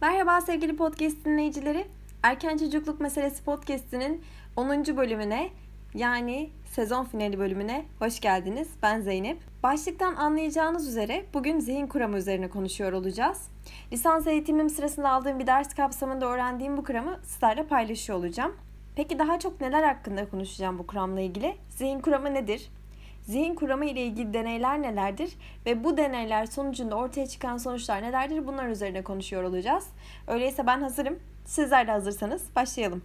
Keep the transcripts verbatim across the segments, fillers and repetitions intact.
Merhaba sevgili podcast dinleyicileri. Erken Çocukluk Meselesi podcast'inin onuncu bölümüne yani sezon finali bölümüne hoş geldiniz. Ben Zeynep. Başlıktan anlayacağınız üzere bugün zihin kuramı üzerine konuşuyor olacağız. Lisans eğitimim sırasında aldığım bir ders kapsamında öğrendiğim bu kuramı sizlerle paylaşıyor olacağım. Peki daha çok neler hakkında konuşacağım bu kuramla ilgili? Zihin kuramı nedir? Zihin kuramı ile ilgili deneyler nelerdir ve bu deneyler sonucunda ortaya çıkan sonuçlar nelerdir? Bunlar üzerine konuşuyor olacağız. Öyleyse ben hazırım. Sizler de hazırsanız başlayalım.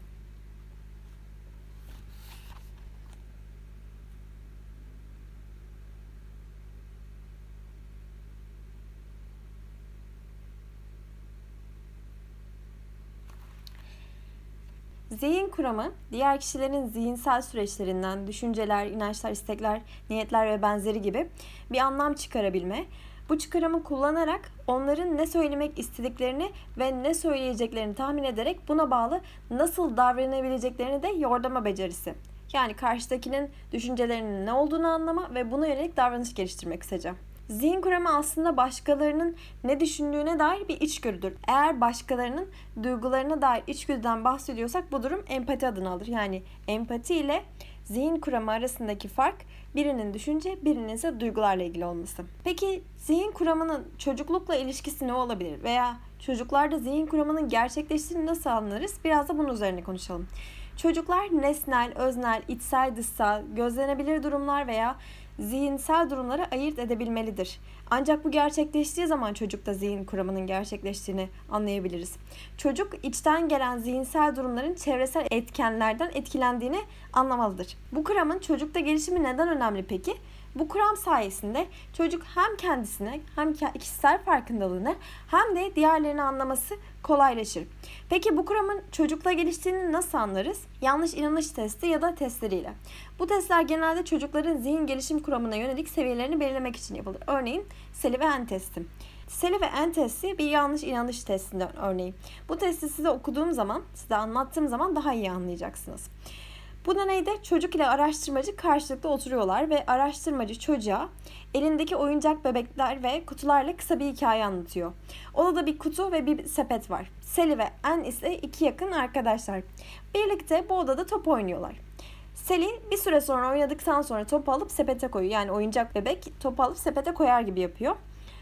Zihin kuramı, diğer kişilerin zihinsel süreçlerinden düşünceler, inançlar, istekler, niyetler ve benzeri gibi bir anlam çıkarabilme, bu çıkarımı kullanarak onların ne söylemek istediklerini ve ne söyleyeceklerini tahmin ederek buna bağlı nasıl davranabileceklerini de yordama becerisi. Yani karşıdakinin düşüncelerinin ne olduğunu anlama ve buna yönelik davranış geliştirmek kısaca. Zihin kuramı aslında başkalarının ne düşündüğüne dair bir içgörüdür. Eğer başkalarının duygularına dair içgörüden bahsediyorsak bu durum empati adını alır. Yani empati ile zihin kuramı arasındaki fark birinin düşünce, birinin ise duygularla ilgili olması. Peki zihin kuramının çocuklukla ilişkisi ne olabilir? Veya çocuklarda zihin kuramının gerçekleştiğini nasıl anlarız? Biraz da bunun üzerine konuşalım. Çocuklar nesnel, öznel, içsel, dışsal, gözlenebilir durumlar veya zihinsel durumları ayırt edebilmelidir. Ancak bu gerçekleştiği zaman çocukta zihin kuramının gerçekleştiğini anlayabiliriz. Çocuk içten gelen zihinsel durumların çevresel etkenlerden etkilendiğini anlamalıdır. Bu kuramın çocukta gelişimi neden önemli peki? Bu kuram sayesinde çocuk hem kendisine hem kişisel farkındalığını hem de diğerlerini anlaması kolaylaşır. Peki bu kuramın çocukla geliştiğini nasıl anlarız? Yanlış inanış testi ya da testleriyle. Bu testler genelde çocukların zihin gelişim kuramına yönelik seviyelerini belirlemek için yapılır. Örneğin Seli ve En testi. Seli ve En testi bir yanlış inanış testinden örneğin. Bu testi size okuduğum zaman, size anlattığım zaman daha iyi anlayacaksınız. Bu deneyde çocuk ile araştırmacı karşılıklı oturuyorlar ve araştırmacı çocuğa elindeki oyuncak bebekler ve kutularla kısa bir hikaye anlatıyor. Odada bir kutu ve bir sepet var. Seli ve En ise iki yakın arkadaşlar. Birlikte bu odada top oynuyorlar. Seli bir süre sonra oynadıktan sonra topu alıp sepete koyuyor. Yani oyuncak bebek topu alıp sepete koyar gibi yapıyor.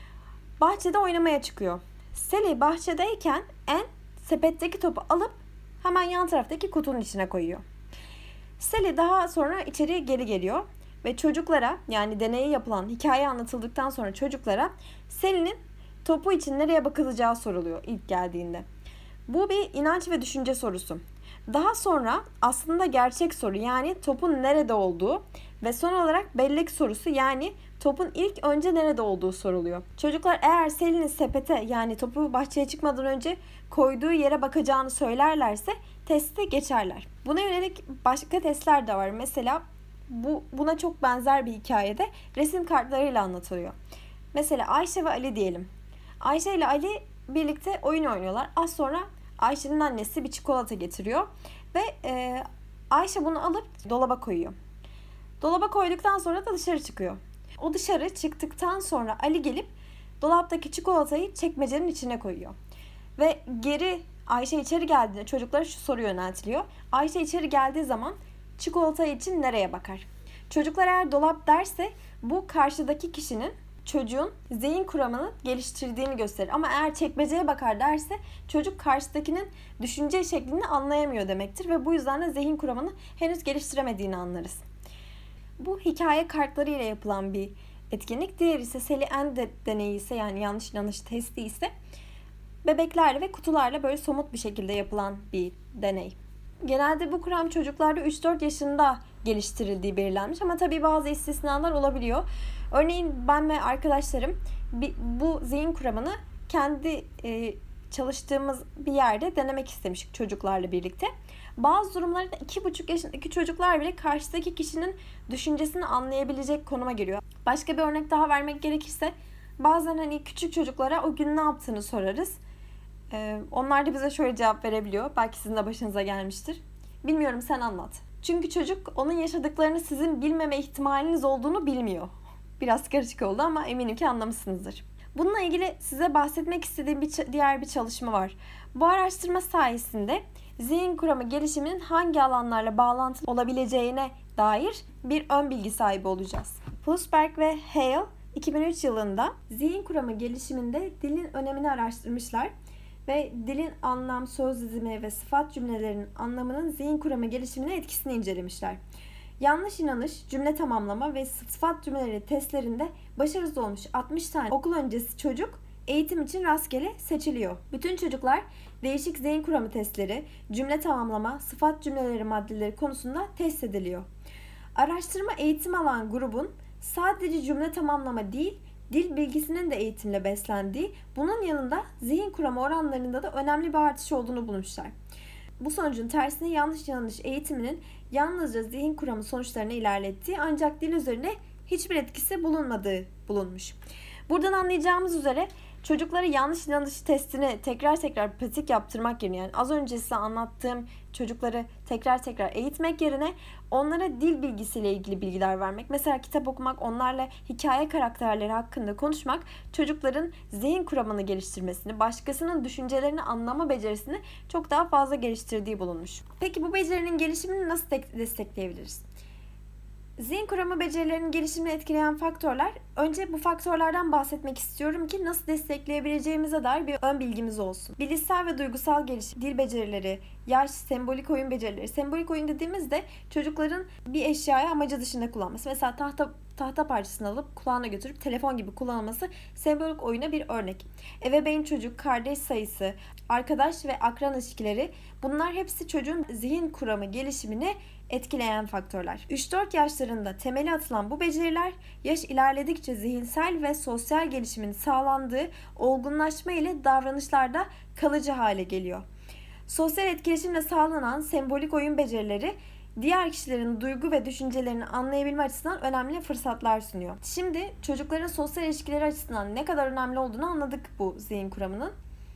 Bahçede oynamaya çıkıyor. Seli bahçedeyken En sepetteki topu alıp hemen yan taraftaki kutunun içine koyuyor. Seli daha sonra içeri geri geliyor ve çocuklara, yani deneyi yapılan hikaye anlatıldıktan sonra çocuklara Seli'nin topu için nereye bakılacağı soruluyor ilk geldiğinde. Bu bir inanç ve düşünce sorusu. Daha sonra aslında gerçek soru, yani topun nerede olduğu ve son olarak bellek sorusu, yani topun ilk önce nerede olduğu soruluyor. Çocuklar eğer Selin'in sepete, yani topu bahçeye çıkmadan önce koyduğu yere bakacağını söylerlerse testi geçerler. Buna yönelik başka testler de var. Mesela bu buna çok benzer bir hikayede resim kartlarıyla anlatılıyor. Mesela Ayşe ve Ali diyelim. Ayşe ile Ali birlikte oyun oynuyorlar. Az sonra Ayşe'nin annesi bir çikolata getiriyor ve e, Ayşe bunu alıp dolaba koyuyor. Dolaba koyduktan sonra da dışarı çıkıyor. O dışarı çıktıktan sonra Ali gelip dolaptaki çikolatayı çekmecenin içine koyuyor. Ve geri Ayşe içeri geldiğinde çocuklara şu soru yöneltiliyor. Ayşe içeri geldiği zaman çikolata için nereye bakar? Çocuklar eğer dolap derse bu karşıdaki kişinin, çocuğun zihin kuramını geliştirdiğini gösterir. Ama eğer çekmeceye bakar derse çocuk karşıdakinin düşünce şeklini anlayamıyor demektir. Ve bu yüzden de zihin kuramını henüz geliştiremediğini anlarız. Bu hikaye kartları ile yapılan bir etkinlik. Diğer ise Seli En deneyi ise, yani yanlış inanış testi ise bebeklerle ve kutularla böyle somut bir şekilde yapılan bir deney. Genelde bu kuram çocuklarda üç dört yaşında geliştirildiği belirlenmiş ama tabii bazı istisnalar olabiliyor. Örneğin ben ve arkadaşlarım bu zihin kuramını kendi çalıştığımız bir yerde denemek istemiştik çocuklarla birlikte. Bazı durumlarda iki buçuk yaşındaki çocuklar bile karşıdaki kişinin düşüncesini anlayabilecek konuma geliyor. Başka bir örnek daha vermek gerekirse bazen hani küçük çocuklara o gün ne yaptığını sorarız. Ee, onlar da bize şöyle cevap verebiliyor. Belki sizin de başınıza gelmiştir. Bilmiyorum, sen anlat. Çünkü çocuk onun yaşadıklarını sizin bilmeme ihtimaliniz olduğunu bilmiyor. Biraz karışık oldu ama eminim ki anlamışsınızdır. Bununla ilgili size bahsetmek istediğim bir diğer bir çalışma var. Bu araştırma sayesinde zihin kuramı gelişiminin hangi alanlarla bağlantılı olabileceğine dair bir ön bilgi sahibi olacağız. Flusberg ve Hale iki bin üç yılında zihin kuramı gelişiminde dilin önemini araştırmışlar ve dilin anlam, söz dizimi ve sıfat cümlelerinin anlamının zihin kuramı gelişimine etkisini incelemişler. Yanlış inanış, cümle tamamlama ve sıfat cümleleri testlerinde başarısız olmuş altmış tane okul öncesi çocuk eğitim için rastgele seçiliyor. Bütün çocuklar değişik zihin kuramı testleri, cümle tamamlama, sıfat cümleleri maddeleri konusunda test ediliyor. Araştırma eğitim alan grubun sadece cümle tamamlama değil, dil bilgisinin de eğitimle beslendiği, bunun yanında zihin kuramı oranlarında da önemli bir artış olduğunu bulmuşlar. Bu sonucun tersine yanlış inanış eğitiminin yalnızca zihin kuramı sonuçlarını ilerlettiği ancak dil üzerine hiçbir etkisi bulunmadığı bulunmuş. Buradan anlayacağımız üzere çocuklara yanlış inanış testini tekrar tekrar pratik yaptırmak yerine, yani az önce size anlattığım çocukları tekrar tekrar eğitmek yerine onlara dil bilgisiyle ilgili bilgiler vermek, mesela kitap okumak, onlarla hikaye karakterleri hakkında konuşmak çocukların zihin kuramını geliştirmesini, başkasının düşüncelerini anlama becerisini çok daha fazla geliştirdiği bulunmuş. Peki bu becerinin gelişimini nasıl destekleyebiliriz? Zihin kuramı becerilerinin gelişimini etkileyen faktörler, önce bu faktörlerden bahsetmek istiyorum ki nasıl destekleyebileceğimize dair bir ön bilgimiz olsun. Bilişsel ve duygusal gelişim, dil becerileri, yaş, sembolik oyun becerileri. Sembolik oyun dediğimizde çocukların bir eşyayı amacı dışında kullanması. Mesela tahta tahta parçasını alıp kulağına götürüp telefon gibi kullanılması sembolik oyuna bir örnek. Ebeveyn çocuk, kardeş sayısı, arkadaş ve akran ilişkileri, bunlar hepsi çocuğun zihin kuramı gelişimini etkileyen faktörler. üç dört yaşlarında temeli atılan bu beceriler yaş ilerledikçe zihinsel ve sosyal gelişimin sağlandığı olgunlaşma ile davranışlarda kalıcı hale geliyor. Sosyal etkileşimle sağlanan sembolik oyun becerileri diğer kişilerin duygu ve düşüncelerini anlayabilme açısından önemli fırsatlar sunuyor. Şimdi çocukların sosyal ilişkileri açısından ne kadar önemli olduğunu anladık bu zihin kuramının.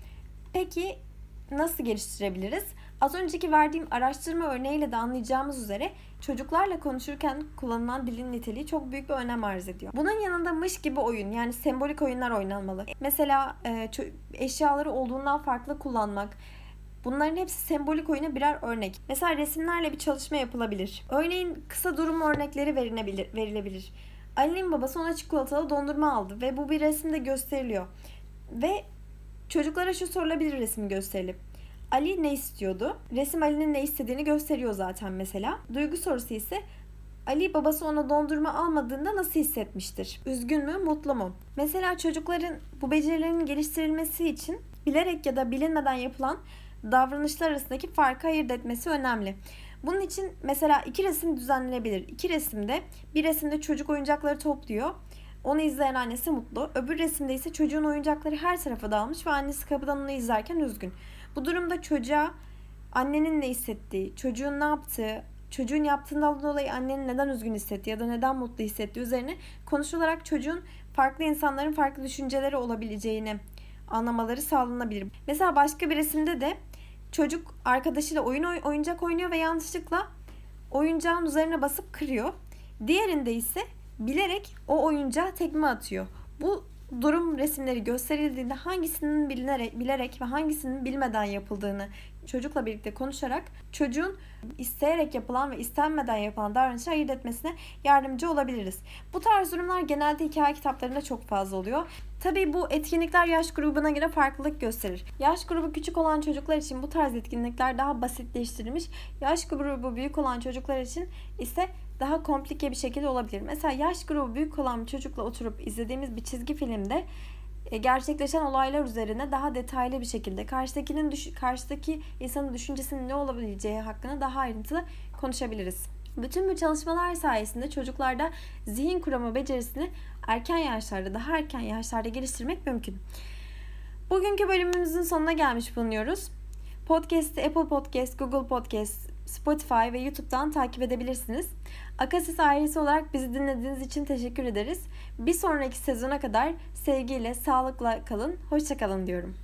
Peki nasıl geliştirebiliriz? Az önceki verdiğim araştırma örneğiyle de anlayacağımız üzere çocuklarla konuşurken kullanılan dilin niteliği çok büyük bir önem arz ediyor. Bunun yanında mış gibi oyun, yani sembolik oyunlar oynanmalı. Mesela eşyaları olduğundan farklı kullanmak, bunların hepsi sembolik oyuna birer örnek. Mesela resimlerle bir çalışma yapılabilir. Örneğin kısa durum örnekleri verilebilir. verilebilir. Ali'nin babası ona çikolatalı dondurma aldı ve bu bir resimde gösteriliyor. Ve çocuklara şu sorulabilir resim gösterilip: Ali ne istiyordu? Resim Ali'nin ne istediğini gösteriyor zaten mesela. Duygu sorusu ise: Ali babası ona dondurma almadığında nasıl hissetmiştir? Üzgün mü, mutlu mu? Mesela çocukların bu becerilerinin geliştirilmesi için bilerek ya da bilinmeden yapılan davranışlar arasındaki farkı ayırt etmesi önemli. Bunun için mesela iki resim düzenlenebilir. İki resimde, bir resimde çocuk oyuncakları topluyor. Onu izleyen annesi mutlu. Öbür resimde ise çocuğun oyuncakları her tarafa dağılmış ve annesi kapıdan onu izlerken üzgün. Bu durumda çocuğa annenin ne hissettiği, çocuğun ne yaptığı, çocuğun yaptığından dolayı annenin neden üzgün hissettiği ya da neden mutlu hissettiği üzerine konuşularak çocuğun farklı insanların farklı düşünceleri olabileceğini anlamaları sağlanabilir. Mesela başka bir resimde de çocuk arkadaşıyla oyun oyuncak oynuyor ve yanlışlıkla oyuncağın üzerine basıp kırıyor. Diğerinde ise bilerek o oyuncağa tekme atıyor. Bu durum resimleri gösterildiğinde hangisinin bilinerek, bilerek ve hangisinin bilmeden yapıldığını çocukla birlikte konuşarak çocuğun isteyerek yapılan ve istenmeden yapılan davranışları ayırt etmesine yardımcı olabiliriz. Bu tarz durumlar genelde hikaye kitaplarında çok fazla oluyor. Tabii bu etkinlikler yaş grubuna göre farklılık gösterir. Yaş grubu küçük olan çocuklar için bu tarz etkinlikler daha basitleştirilmiş. Yaş grubu büyük olan çocuklar için ise daha komplike bir şekilde olabilir. Mesela yaş grubu büyük olan bir çocukla oturup izlediğimiz bir çizgi filmde gerçekleşen olaylar üzerine daha detaylı bir şekilde karşıdakinin karşıdaki insanın düşüncesinin ne olabileceği hakkında daha ayrıntılı konuşabiliriz. Bütün bu çalışmalar sayesinde çocuklarda zihin kuramı becerisini erken yaşlarda, daha erken yaşlarda geliştirmek mümkün. Bugünkü bölümümüzün sonuna gelmiş bulunuyoruz. Podcast'ı Apple Podcast, Google Podcast, Spotify ve YouTube'dan takip edebilirsiniz. Akasis ailesi olarak bizi dinlediğiniz için teşekkür ederiz. Bir sonraki sezona kadar sevgiyle, sağlıkla kalın, hoşça kalın diyorum.